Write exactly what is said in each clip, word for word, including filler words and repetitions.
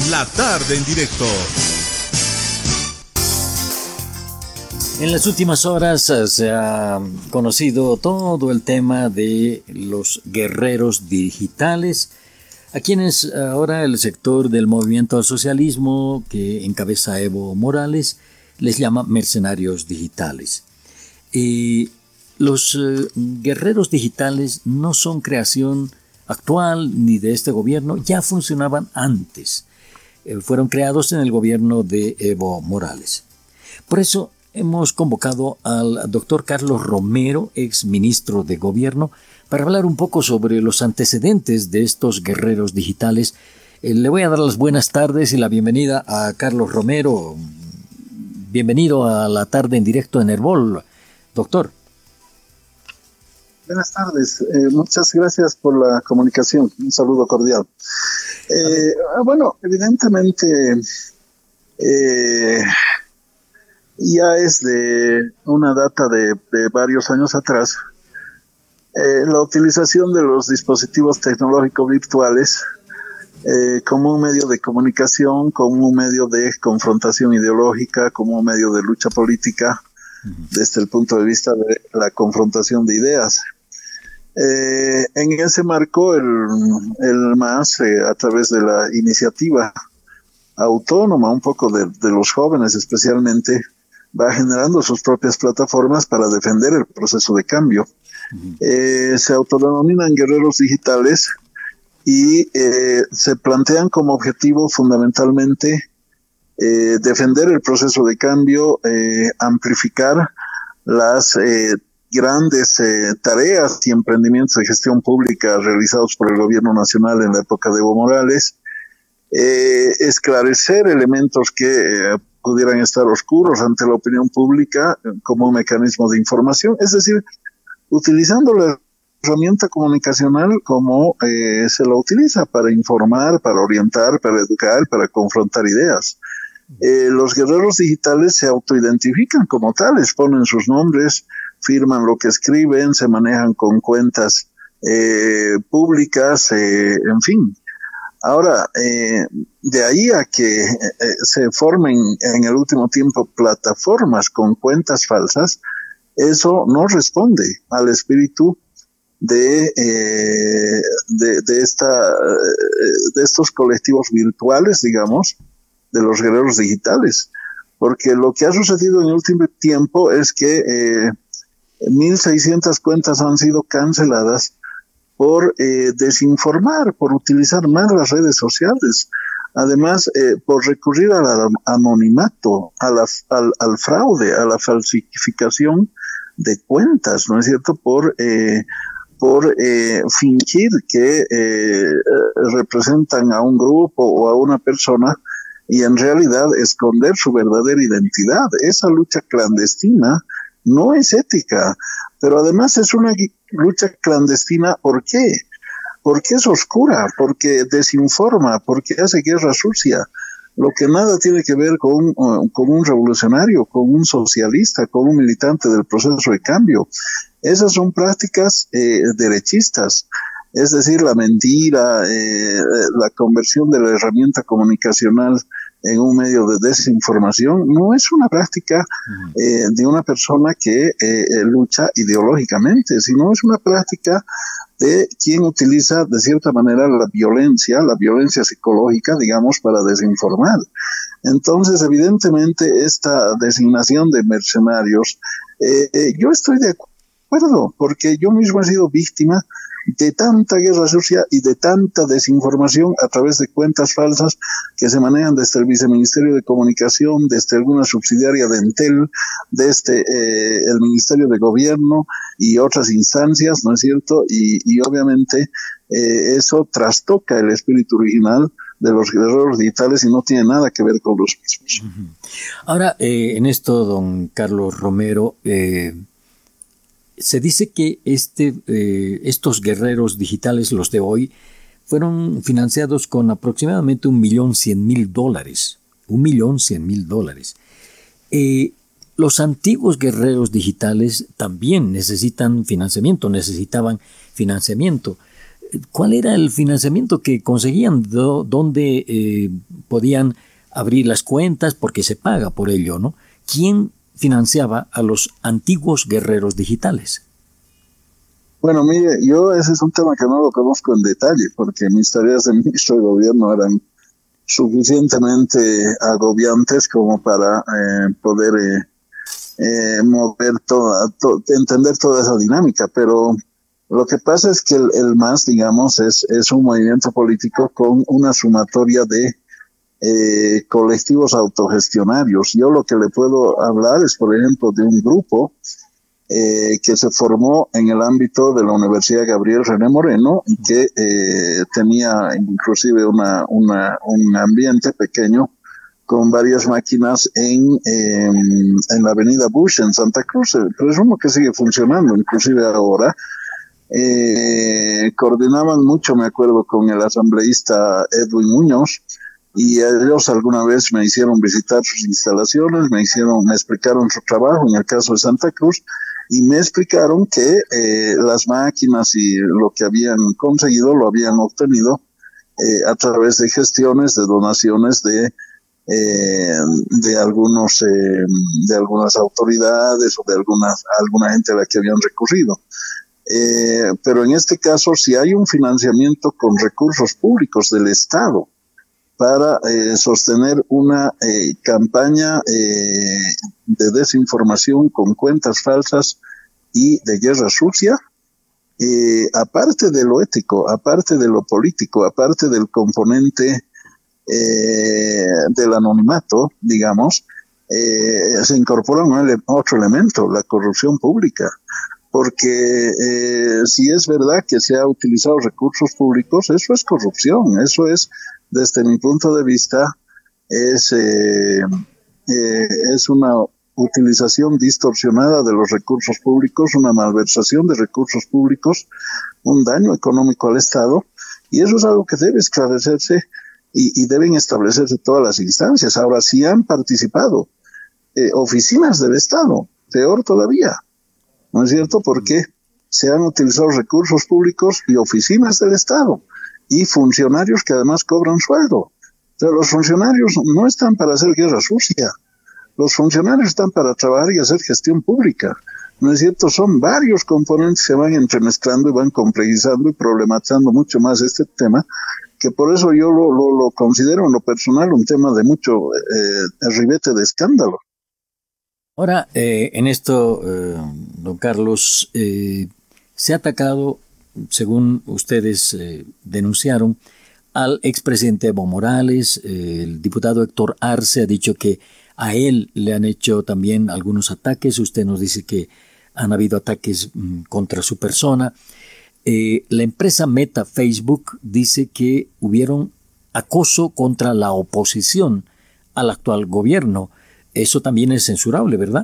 La Tarde en Directo. En las últimas horas uh, se ha conocido todo el tema de los guerreros digitales, a quienes ahora el sector del movimiento al socialismo que encabeza Evo Morales les llama mercenarios digitales. Y los uh, guerreros digitales no son creación actual ni de este gobierno, ya funcionaban antes. Eh, fueron creados en el gobierno de Evo Morales. Por eso hemos convocado al doctor Carlos Romero, ex ministro de Gobierno, para hablar un poco sobre los antecedentes de estos guerreros digitales. Eh, le voy a dar las buenas tardes y la bienvenida a Carlos Romero. Bienvenido a La Tarde en Directo en Herbol, doctor. Buenas tardes, eh, muchas gracias por la comunicación, un saludo cordial. Eh, bueno, evidentemente eh, ya es de una data de, de varios años atrás eh, la utilización de los dispositivos tecnológicos virtuales eh, como un medio de comunicación, como un medio de confrontación ideológica, como un medio de lucha política, uh-huh. desde el punto de vista de la confrontación de ideas. Eh, en ese marco, el, el M A S, eh, a través de la iniciativa autónoma, un poco de, de los jóvenes especialmente, va generando sus propias plataformas para defender el proceso de cambio. Uh-huh. Eh, se autodenominan guerreros digitales y eh, se plantean como objetivo fundamentalmente eh, defender el proceso de cambio, eh, amplificar las eh, grandes eh, tareas y emprendimientos de gestión pública realizados por el gobierno nacional en la época de Evo Morales, eh, esclarecer elementos que eh, pudieran estar oscuros ante la opinión pública eh, como un mecanismo de información, es decir, utilizando la herramienta comunicacional como eh, se la utiliza para informar, para orientar, para educar, para confrontar ideas. Eh, los guerreros digitales se autoidentifican como tales, ponen sus nombres, firman lo que escriben, se manejan con cuentas eh, públicas, eh, en fin. Ahora, eh, de ahí a que eh, se formen en el último tiempo plataformas con cuentas falsas, eso no responde al espíritu de, eh, de, de, esta, de estos colectivos virtuales, digamos, de los guerreros digitales. Porque lo que ha sucedido en el último tiempo es que eh, mil seiscientas cuentas han sido canceladas por eh, desinformar, por utilizar mal las redes sociales. Además, eh, por recurrir al anonimato, a la, al, al fraude, a la falsificación de cuentas, ¿no es cierto? Por, eh, por eh, fingir que eh, representan a un grupo o a una persona y en realidad esconder su verdadera identidad. Esa lucha clandestina no es ética, pero además es una lucha clandestina. ¿Por qué? Porque es oscura, porque desinforma, porque hace guerra sucia, lo que nada tiene que ver con, con un revolucionario, con un socialista, con un militante del proceso de cambio. Esas son prácticas eh, derechistas, es decir, la mentira, eh, la conversión de la herramienta comunicacional en un medio de desinformación, no es una práctica eh, de una persona que eh, lucha ideológicamente, sino es una práctica de quien utiliza de cierta manera la violencia, la violencia psicológica, digamos, para desinformar. Entonces, evidentemente, esta designación de mercenarios, eh, eh, yo estoy de acuerdo, porque yo mismo he sido víctima de tanta guerra sucia y de tanta desinformación a través de cuentas falsas que se manejan desde el Viceministerio de Comunicación, desde alguna subsidiaria de Entel, desde eh, el Ministerio de Gobierno y otras instancias, ¿no es cierto? Y, y obviamente eh, eso trastoca el espíritu original de los guerreros digitales y no tiene nada que ver con los mismos. Ahora, eh, en esto, don Carlos Romero, eh, se dice que este, eh, estos guerreros digitales, los de hoy, fueron financiados con aproximadamente un millón cien mil dólares. Un millón cien mil dólares. Eh, los antiguos guerreros digitales también necesitan financiamiento, necesitaban financiamiento. ¿cuál era el financiamiento que conseguían? Do, ¿Dónde eh, podían abrir las cuentas? Porque se paga por ello, ¿no? ¿Quién financiaba a los antiguos guerreros digitales? Bueno, mire, yo ese es un tema que no lo conozco en detalle, porque mis tareas de ministro de gobierno eran suficientemente agobiantes como para eh, poder eh, eh, mover toda, to, entender toda esa dinámica, pero lo que pasa es que el, el M A S, digamos, es, es un movimiento político con una sumatoria de eh, colectivos autogestionarios. Yo lo que le puedo hablar es, por ejemplo, de un grupo Eh, que se formó en el ámbito de la Universidad Gabriel René Moreno y que eh, tenía inclusive una, una, un ambiente pequeño con varias máquinas en, eh, en la avenida Bush en Santa Cruz. Presumo que sigue funcionando, inclusive ahora. Eh, coordinaban mucho, me acuerdo, con el asambleísta Edwin Muñoz, y ellos alguna vez me hicieron visitar sus instalaciones, me hicieron, me explicaron su trabajo en el caso de Santa Cruz, y me explicaron que eh, las máquinas y lo que habían conseguido lo habían obtenido eh, a través de gestiones, de donaciones de eh, de algunos eh, de algunas autoridades o de algunas alguna gente a la que habían recurrido. Eh, pero en este caso, si hay un financiamiento con recursos públicos del Estado para eh, sostener una eh, campaña eh, de desinformación con cuentas falsas y de guerra sucia, eh, aparte de lo ético, aparte de lo político, aparte del componente eh, del anonimato, digamos, eh, se incorpora un ele- otro elemento, la corrupción pública. Porque eh, si es verdad que se ha utilizado recursos públicos, eso es corrupción, eso es, desde mi punto de vista, es, eh, eh, es una utilización distorsionada de los recursos públicos, una malversación de recursos públicos, un daño económico al Estado, y eso es algo que debe esclarecerse y, y deben establecerse todas las instancias. Ahora, si han participado eh, oficinas del Estado, peor todavía, ¿no es cierto? Porque se han utilizado recursos públicos y oficinas del Estado y funcionarios que además cobran sueldo. O sea, los funcionarios no están para hacer guerra sucia. Los funcionarios están para trabajar y hacer gestión pública. ¿No es cierto? Son varios componentes que van entremezclando y van complejizando y problematizando mucho más este tema, que por eso yo lo, lo, lo considero en lo personal un tema de mucho eh, ribete de escándalo. Ahora, eh, en esto, eh, don Carlos, eh, se ha atacado, según ustedes eh, denunciaron, al expresidente Evo Morales. Eh, el diputado Héctor Arce ha dicho que a él le han hecho también algunos ataques. Usted nos dice que han habido ataques mm, contra su persona. Eh, la empresa Meta Facebook dice que hubieron acoso contra la oposición al actual gobierno. Eso también es censurable, ¿verdad?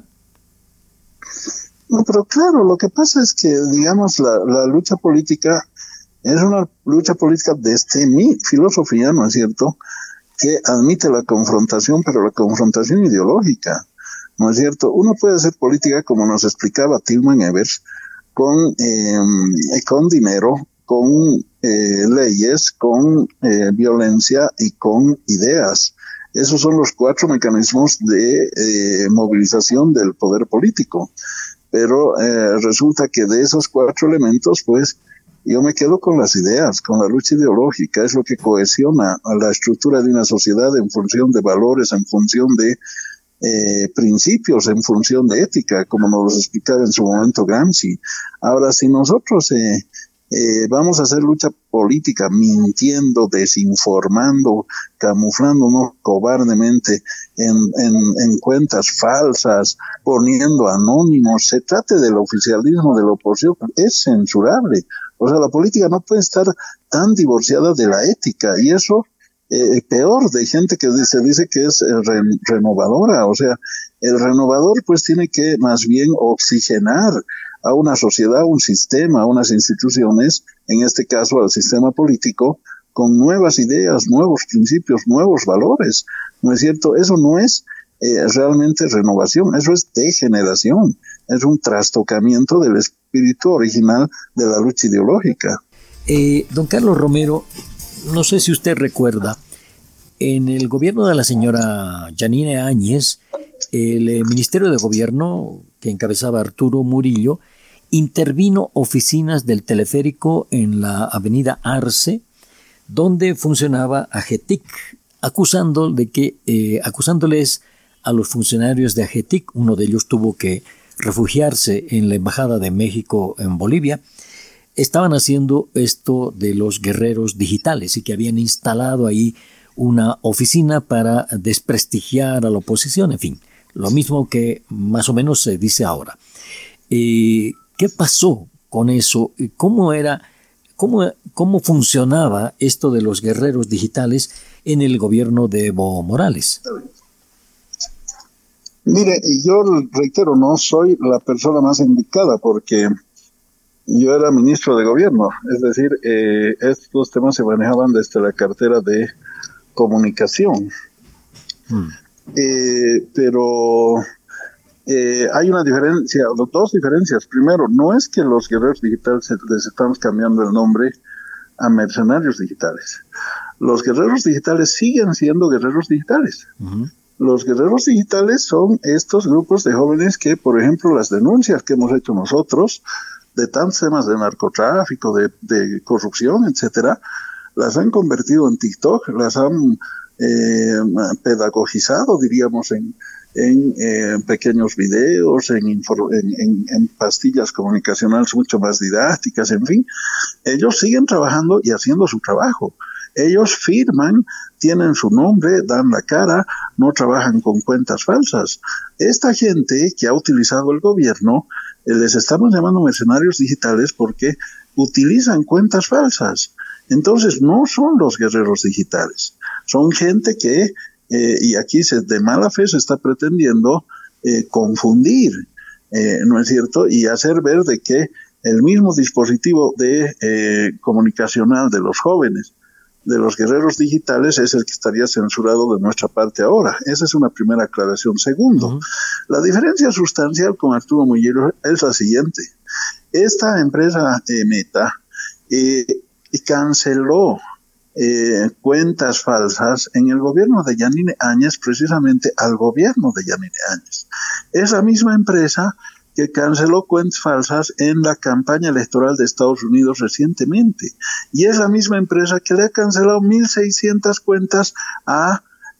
No, pero claro, lo que pasa es que, digamos, la, la lucha política es una lucha política desde mi filosofía, ¿no es cierto?, que admite la confrontación, pero la confrontación ideológica, ¿no es cierto? Uno puede hacer política, como nos explicaba Tilman Evers, con, eh, con dinero, con eh, leyes, con eh, violencia y con ideas. Esos son los cuatro mecanismos de eh, movilización del poder político. Pero eh, resulta que de esos cuatro elementos, pues, yo me quedo con las ideas, con la lucha ideológica. Es lo que cohesiona a la estructura de una sociedad en función de valores, en función de eh, principios, en función de ética, como nos lo explicaba en su momento Gramsci. Ahora, si nosotros eh, Eh, vamos a hacer lucha política mintiendo, desinformando, camuflándonos cobardemente en, en, en cuentas falsas, poniendo anónimos, se trate del oficialismo de la oposición, es censurable. O sea, la política no puede estar tan divorciada de la ética, y eso eh, peor de gente que se dice que es eh, re, renovadora. O sea, el renovador pues tiene que más bien oxigenar a una sociedad, a un sistema, a unas instituciones, en este caso al sistema político, con nuevas ideas, nuevos principios, nuevos valores. ¿No es cierto? Eso no es eh, realmente renovación, eso es degeneración, es un trastocamiento del espíritu original de la lucha ideológica. Eh, don Carlos Romero, no sé si usted recuerda, en el gobierno de la señora Yanine Áñez, el eh, Ministerio de Gobierno que encabezaba Arturo Murillo intervino oficinas del teleférico en la avenida Arce, donde funcionaba AGETIC, acusando de que, eh, acusándoles a los funcionarios de AGETIC, uno de ellos tuvo que refugiarse en la Embajada de México en Bolivia, estaban haciendo esto de los guerreros digitales y que habían instalado ahí una oficina para desprestigiar a la oposición, en fin, lo mismo que más o menos se dice ahora. Eh, ¿Qué pasó con eso? ¿Cómo era, cómo, cómo funcionaba esto de los guerreros digitales en el gobierno de Evo Morales? Mire, yo reitero, no soy la persona más indicada porque yo era ministro de gobierno, es decir, eh, estos temas se manejaban desde la cartera de comunicación. Hmm. Eh, pero eh, hay una diferencia, dos diferencias. Primero, no es que los guerreros digitales les estamos cambiando el nombre a mercenarios digitales. Los guerreros digitales siguen siendo guerreros digitales. Uh-huh. Los guerreros digitales son estos grupos de jóvenes que, por ejemplo, las denuncias que hemos hecho nosotros de tantos temas de narcotráfico, de, de corrupción, etcétera, las han convertido en TikTok, las han eh, pedagogizado, diríamos, en, en eh, pequeños videos, en, infor- en, en, en pastillas comunicacionales mucho más didácticas, en fin. Ellos siguen trabajando y haciendo su trabajo. Ellos firman, tienen su nombre, dan la cara, no trabajan con cuentas falsas. Esta gente que ha utilizado el gobierno, eh, les estamos llamando mercenarios digitales porque utilizan cuentas falsas. Entonces no son los guerreros digitales, son gente que, eh, y aquí se, de mala fe se está pretendiendo eh, confundir, eh, ¿no es cierto? Y hacer ver de que el mismo dispositivo de eh, comunicacional de los jóvenes, de los guerreros digitales, es el que estaría censurado de nuestra parte ahora. Esa es una primera aclaración. Segundo, uh-huh. la diferencia sustancial con Arturo Murillo es la siguiente. Esta empresa eh, Meta eh, canceló eh, cuentas falsas en el gobierno de Yanine Áñez, precisamente al gobierno de Yanine Áñez. Esa misma empresa que canceló cuentas falsas en la campaña electoral de Estados Unidos recientemente. Y es la misma empresa que le ha cancelado mil seiscientas cuentas a,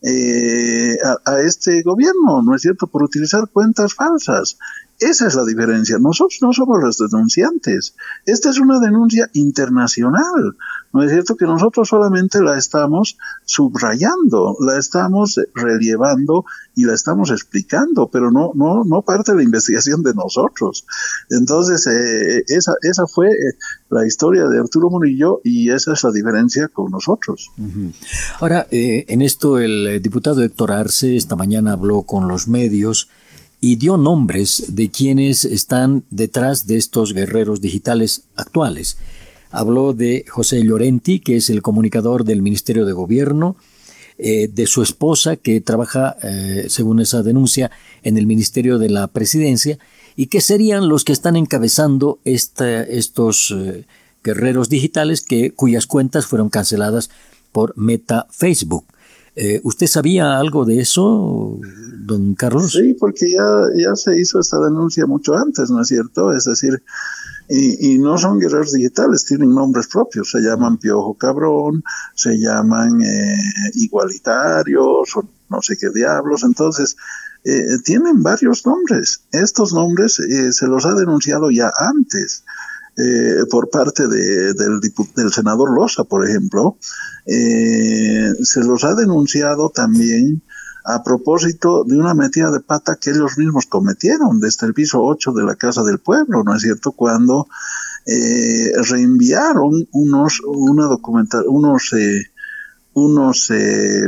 eh, a, a este gobierno, ¿no es cierto?, por utilizar cuentas falsas. Esa es la diferencia. Nosotros no somos los denunciantes. Esta es una denuncia internacional. No es cierto que nosotros solamente la estamos subrayando, la estamos relevando y la estamos explicando, pero no no no parte de la investigación de nosotros. Entonces, eh, esa esa fue la historia de Arturo Murillo y esa es la diferencia con nosotros. Uh-huh. Ahora, eh, en esto el diputado Héctor Arce esta mañana habló con los medios y dio nombres de quienes están detrás de estos guerreros digitales actuales. Habló de José Llorenti, que es el comunicador del Ministerio de Gobierno, eh, de su esposa, que trabaja, eh, según esa denuncia, en el Ministerio de la Presidencia, y que serían los que están encabezando esta, estos eh, guerreros digitales que, cuyas cuentas fueron canceladas por Meta Facebook. Eh, ¿Usted sabía algo de eso, don Carlos? Sí, porque ya, ya se hizo esta denuncia mucho antes, ¿no es cierto? Es decir, y, y no son guerreros digitales, tienen nombres propios, se llaman Piojo Cabrón, se llaman eh, igualitarios, o no sé qué diablos, entonces eh, tienen varios nombres. Estos nombres eh, se los ha denunciado ya antes. Eh, por parte de, del, del senador Loza, por ejemplo, eh, se los ha denunciado también a propósito de una metida de pata que ellos mismos cometieron desde el piso ocho de la Casa del Pueblo, ¿no es cierto?, cuando eh, reenviaron unos, una documenta- unos, eh, unos eh,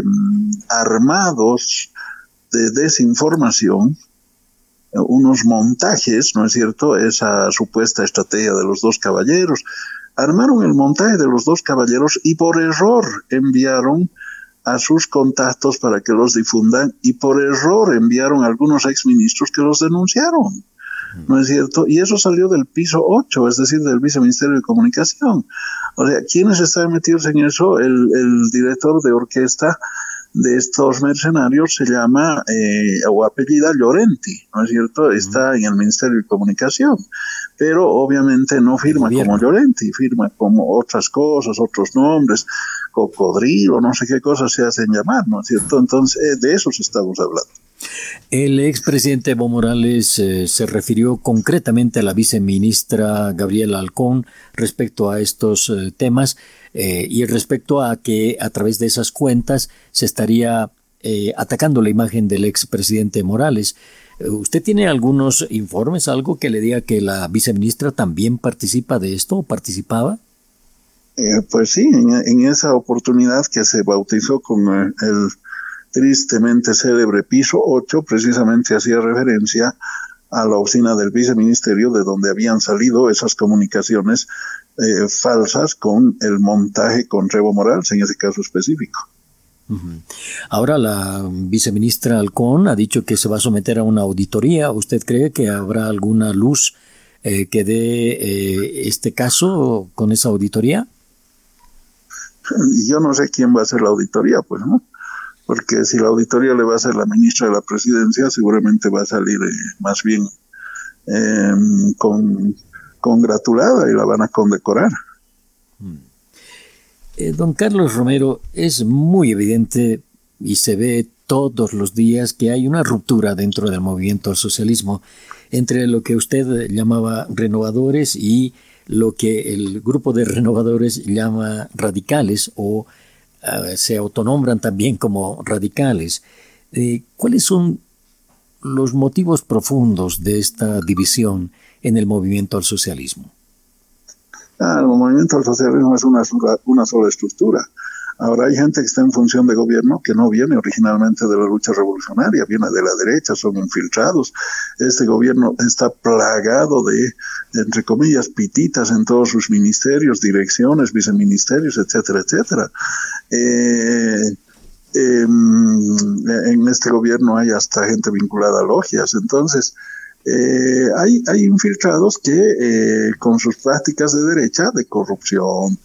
armados de desinformación, unos montajes, ¿no es cierto?, esa supuesta estrategia de los dos caballeros. Armaron el montaje de los dos caballeros y por error enviaron a sus contactos para que los difundan y por error enviaron a algunos exministros que los denunciaron, ¿no es cierto? Y eso salió del piso ocho, es decir, del Viceministerio de Comunicación. O sea, ¿quiénes están metidos en eso? El, el director de orquesta de estos mercenarios se llama eh, o apellida Llorenti, ¿no es cierto? Está en el Ministerio de Comunicación, pero obviamente no firma como Llorenti, firma como otras cosas, otros nombres, Cocodrilo, no sé qué cosas se hacen llamar, ¿no es cierto? Entonces, de eso estamos hablando. El expresidente Evo Morales eh, se refirió concretamente a la viceministra Gabriela Alcón respecto a estos eh, temas eh, y respecto a que a través de esas cuentas se estaría eh, atacando la imagen del expresidente Morales. Eh, ¿Usted tiene algunos informes, algo que le diga que la viceministra también participa de esto o participaba? Eh, pues sí, en, en esa oportunidad que se bautizó con eh, el tristemente célebre piso ocho, precisamente hacía referencia a la oficina del viceministerio de donde habían salido esas comunicaciones eh, falsas con el montaje con Evo Morales, en ese caso específico. Uh-huh. Ahora la viceministra Alcón ha dicho que se va a someter a una auditoría. ¿Usted cree que habrá alguna luz eh, que dé eh, este caso con esa auditoría? Yo no sé quién va a hacer la auditoría, pues, ¿no? Porque si la auditoría le va a hacer la ministra de la Presidencia, seguramente va a salir eh, más bien eh, con, congratulada y la van a condecorar. Eh, don Carlos Romero, es muy evidente y se ve todos los días que hay una ruptura dentro del movimiento al socialismo entre lo que usted llamaba renovadores y lo que el grupo de renovadores llama radicales o Uh, se autonombran también como radicales. Eh, ¿Cuáles son los motivos profundos de esta división en el movimiento al socialismo? Ah, el movimiento al socialismo es una sola, una sola estructura. Ahora hay gente que está en función de gobierno que no viene originalmente de la lucha revolucionaria, viene de la derecha, son infiltrados. Este gobierno está plagado de, entre comillas, pititas en todos sus ministerios, direcciones, viceministerios, etcétera, etcétera. Eh, eh, en este gobierno hay hasta gente vinculada a logias, entonces eh, hay, hay infiltrados que eh, con sus prácticas de derecha, de corrupción,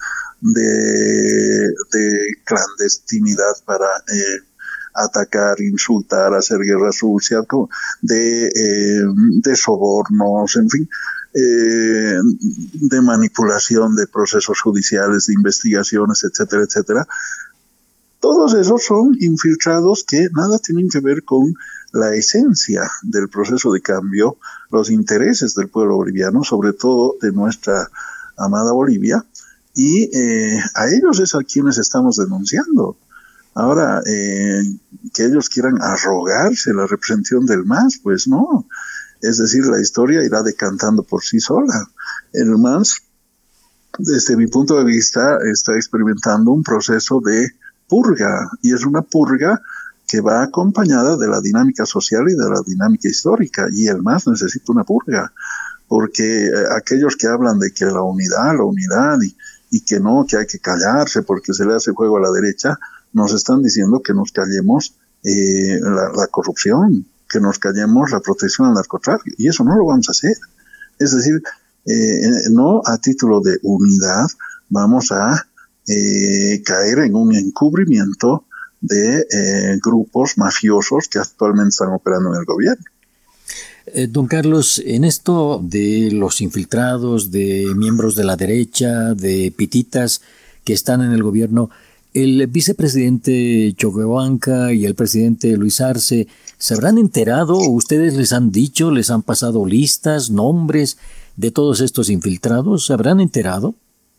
de, de clandestinidad para eh, atacar, insultar, hacer guerra sucia, de, eh, de sobornos, en fin, eh, de manipulación de procesos judiciales, de investigaciones, etcétera, etcétera. Todos esos son infiltrados que nada tienen que ver con la esencia del proceso de cambio, los intereses del pueblo boliviano, sobre todo de nuestra amada Bolivia, y eh, a ellos es a quienes estamos denunciando. Ahora, eh, que ellos quieran arrogarse la representación del M A S, pues no. Es decir, la historia irá decantando por sí sola. El M A S, desde mi punto de vista, está experimentando un proceso de purga, y es una purga que va acompañada de la dinámica social y de la dinámica histórica, y el M A S necesita una purga, porque eh, aquellos que hablan de que la unidad, la unidad, y, y que no, que hay que callarse porque se le hace juego a la derecha, nos están diciendo que nos callemos eh, la, la corrupción, que nos callemos la protección al narcotráfico, y eso no lo vamos a hacer. Es decir, eh, no a título de unidad vamos a eh, caer en un encubrimiento de eh, grupos mafiosos que actualmente están operando en el gobierno. Eh, don Carlos, en esto de los infiltrados, de miembros de la derecha, de pititas que están en el gobierno, el vicepresidente Choquehuanca y el presidente Luis Arce, ¿se habrán enterado o ustedes les han dicho, les han pasado listas, nombres de todos estos infiltrados? ¿Se habrán enterado?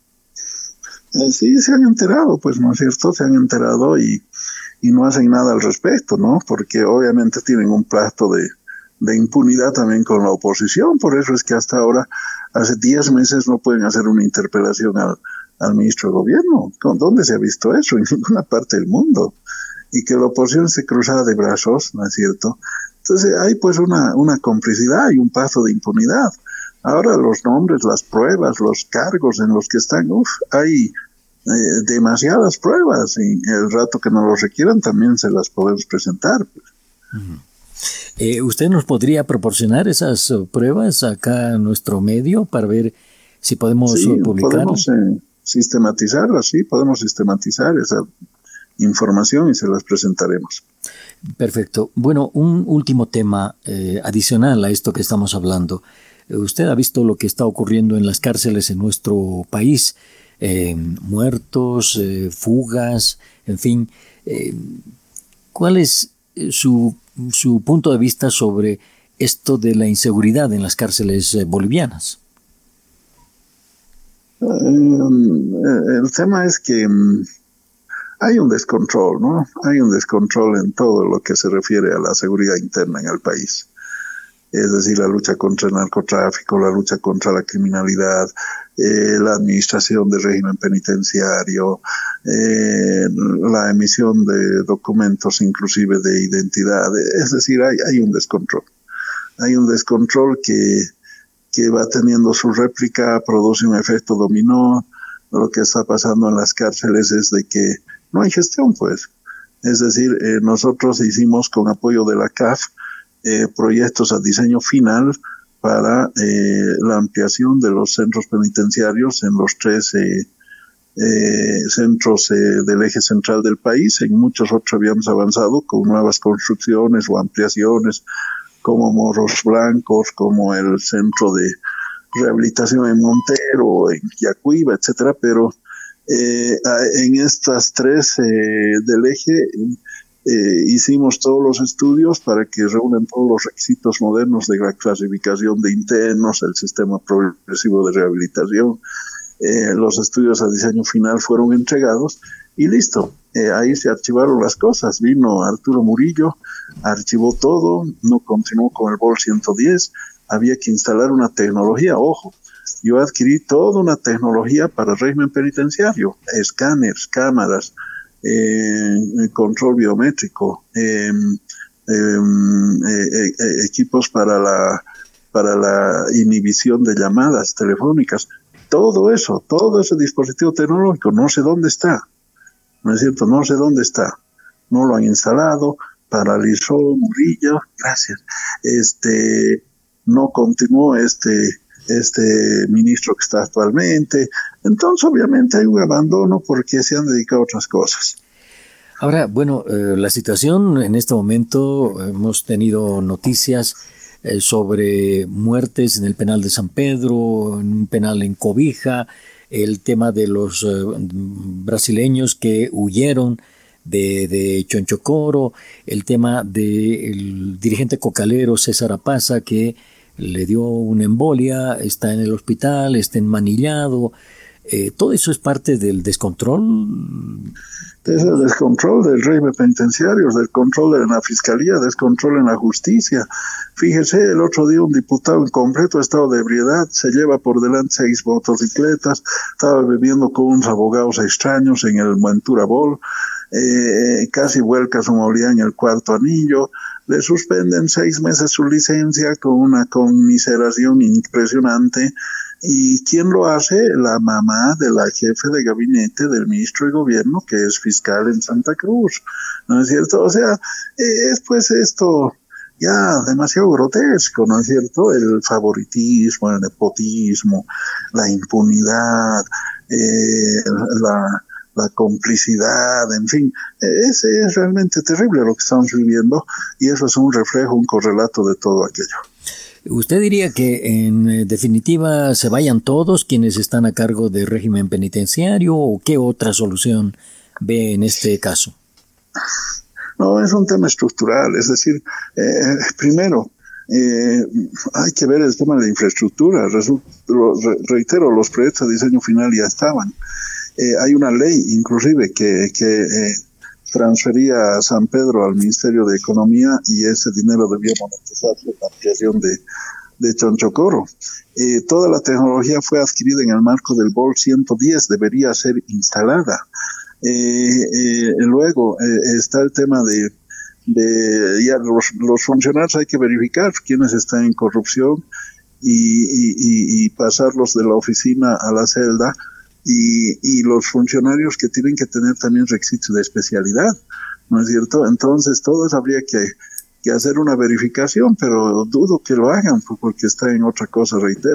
Eh, sí, se han enterado, pues no es cierto, se han enterado y, y no hacen nada al respecto, ¿no? Porque obviamente tienen un plato de, de impunidad también con la oposición, por eso es que hasta ahora, hace diez meses no pueden hacer una interpelación al al ministro de gobierno. ¿Dónde se ha visto eso? En ninguna parte del mundo. Y que la oposición esté cruzada de brazos, ¿no es cierto? Entonces hay pues una, una complicidad y un paso de impunidad. Ahora los nombres, las pruebas, los cargos en los que están, uff, hay eh, demasiadas pruebas y el rato que nos los requieran también se las podemos presentar. Pues. Uh-huh. Eh, ¿Usted nos podría proporcionar esas uh, pruebas acá en nuestro medio para ver si podemos sí, uh, publicarlas? Podemos, eh, sistematizarlas, sí, podemos sistematizar esa información y se las presentaremos. Perfecto. Bueno, un último tema eh, adicional a esto que estamos hablando. Eh, usted ha visto lo que está ocurriendo en las cárceles en nuestro país, eh, muertos, eh, fugas, en fin. Eh, ¿Cuál es su, su punto de vista sobre esto de la inseguridad en las cárceles eh, bolivianas? Eh, el tema es que um, hay un descontrol, ¿no? Hay un descontrol en todo lo que se refiere a la seguridad interna en el país. Es decir, la lucha contra el narcotráfico, la lucha contra la criminalidad, eh, la administración del régimen penitenciario, eh, la emisión de documentos inclusive de identidad. Es decir, hay, hay un descontrol. Hay un descontrol que, que va teniendo su réplica, produce un efecto dominó. Lo que está pasando en las cárceles es de que no hay gestión, pues. Es decir, eh, nosotros hicimos con apoyo de la C A F eh, proyectos a diseño final para eh, la ampliación de los centros penitenciarios en los tres eh, eh, centros eh, del eje central del país. En muchos otros habíamos avanzado con nuevas construcciones o ampliaciones, como Morros Blancos, como el centro de rehabilitación en Montero, en Yacuiba, etcétera, pero eh, en estas tres eh, del eje eh, hicimos todos los estudios para que reúnan todos los requisitos modernos de la clasificación de internos, el sistema progresivo de rehabilitación. Eh, los estudios a diseño final fueron entregados y listo. Eh, ahí se archivaron las cosas. Vino Arturo Murillo, archivó todo, no continuó con el B O L ciento diez. Había que instalar una tecnología, ojo, yo adquirí toda una tecnología para el régimen penitenciario, escáneres, cámaras, eh, control biométrico, eh, eh, eh, eh, equipos para la, para la inhibición de llamadas telefónicas, todo eso, todo ese dispositivo tecnológico, no sé dónde está, ¿no es cierto? No sé dónde está, no lo han instalado, paralizó Murillo, gracias, este... no continuó este este ministro que está actualmente. Entonces, obviamente, hay un abandono porque se han dedicado a otras cosas. Ahora, bueno, eh, la situación en este momento, hemos tenido noticias eh, sobre muertes en el penal de San Pedro, en un penal en Cobija, el tema de los eh, brasileños que huyeron de, de Chonchocoro, el tema del dirigente cocalero César Apaza, que le dio una embolia, está en el hospital, está enmanillado. Eh, ¿Todo eso es parte del descontrol? Es el descontrol del régimen penitenciario, del control de la fiscalía, descontrol en la justicia. Fíjese, el otro día un diputado en completo estado de ebriedad se lleva por delante seis motocicletas, estaba bebiendo con unos abogados extraños en el Ventura Ball, eh, casi vuelca su movilidad en el cuarto anillo. Le suspenden seis meses su licencia con una conmiseración impresionante. ¿Y quién lo hace? La mamá de la jefe de gabinete del ministro de gobierno, que es fiscal en Santa Cruz, ¿no es cierto? O sea, es pues esto ya demasiado grotesco, ¿no es cierto? El favoritismo, el nepotismo, la impunidad, eh, la... la complicidad, en fin, es, es realmente terrible lo que estamos viviendo y eso es un reflejo, un correlato de todo aquello. ¿Usted diría que en definitiva se vayan todos quienes están a cargo del régimen penitenciario o qué otra solución ve en este caso? No, es un tema estructural, es decir, eh, primero, Eh, hay que ver el tema de la infraestructura. Resulta, re, reitero, los proyectos de diseño final ya estaban. Eh, hay una ley, inclusive, que, que eh, transfería a San Pedro al Ministerio de Economía y ese dinero debía monetizarse en la ampliación de, de Chonchocoro. Eh, toda la tecnología fue adquirida en el marco del B O L ciento diez, debería ser instalada. Eh, eh, luego eh, está el tema de de ya los, los funcionarios hay que verificar quiénes están en corrupción y, y, y pasarlos de la oficina a la celda y, y los funcionarios que tienen que tener también requisitos de especialidad, ¿no es cierto? Entonces todos habría que, que hacer una verificación, pero dudo que lo hagan porque está en otra cosa, reitero.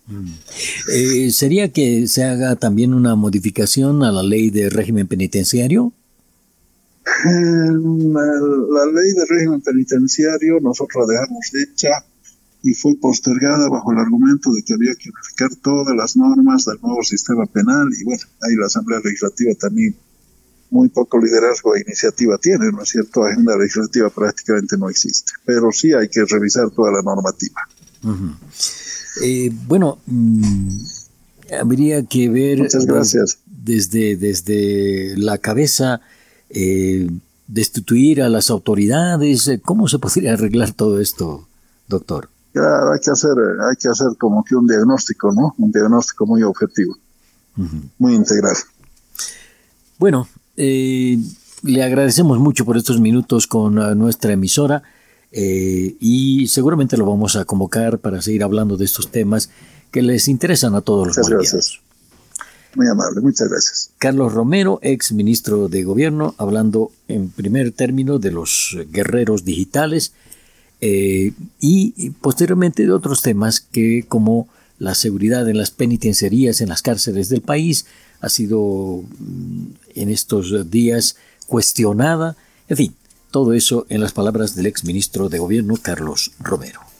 Mm. Eh, ¿Sería que se haga también una modificación a la ley de régimen penitenciario? Eh, la ley de régimen penitenciario nosotros la dejamos hecha y fue postergada bajo el argumento de que había que unificar todas las normas del nuevo sistema penal, y bueno, ahí la Asamblea Legislativa también muy poco liderazgo e iniciativa tiene, ¿no es cierto? Agenda legislativa prácticamente no existe, pero sí hay que revisar toda la normativa. Uh-huh. eh, bueno, mmm, habría que ver. Muchas gracias. Desde, desde la cabeza, eh, destituir a las autoridades. ¿Cómo se podría arreglar todo esto, doctor? Claro, hay que hacer, hay que hacer como que un diagnóstico, ¿no? Un diagnóstico muy objetivo, uh-huh. muy integral. Bueno, eh, le agradecemos mucho por estos minutos con uh, nuestra emisora eh, y seguramente lo vamos a convocar para seguir hablando de estos temas que les interesan a todos muchas los bolivianos. Gracias. Muy amable, muchas gracias. Carlos Romero, ex ministro de Gobierno, hablando en primer término de los guerreros digitales eh, y, y posteriormente de otros temas que, como la seguridad en las penitenciarías, en las cárceles del país, ha sido en estos días cuestionada. En fin, todo eso en las palabras del exministro de Gobierno, Carlos Romero.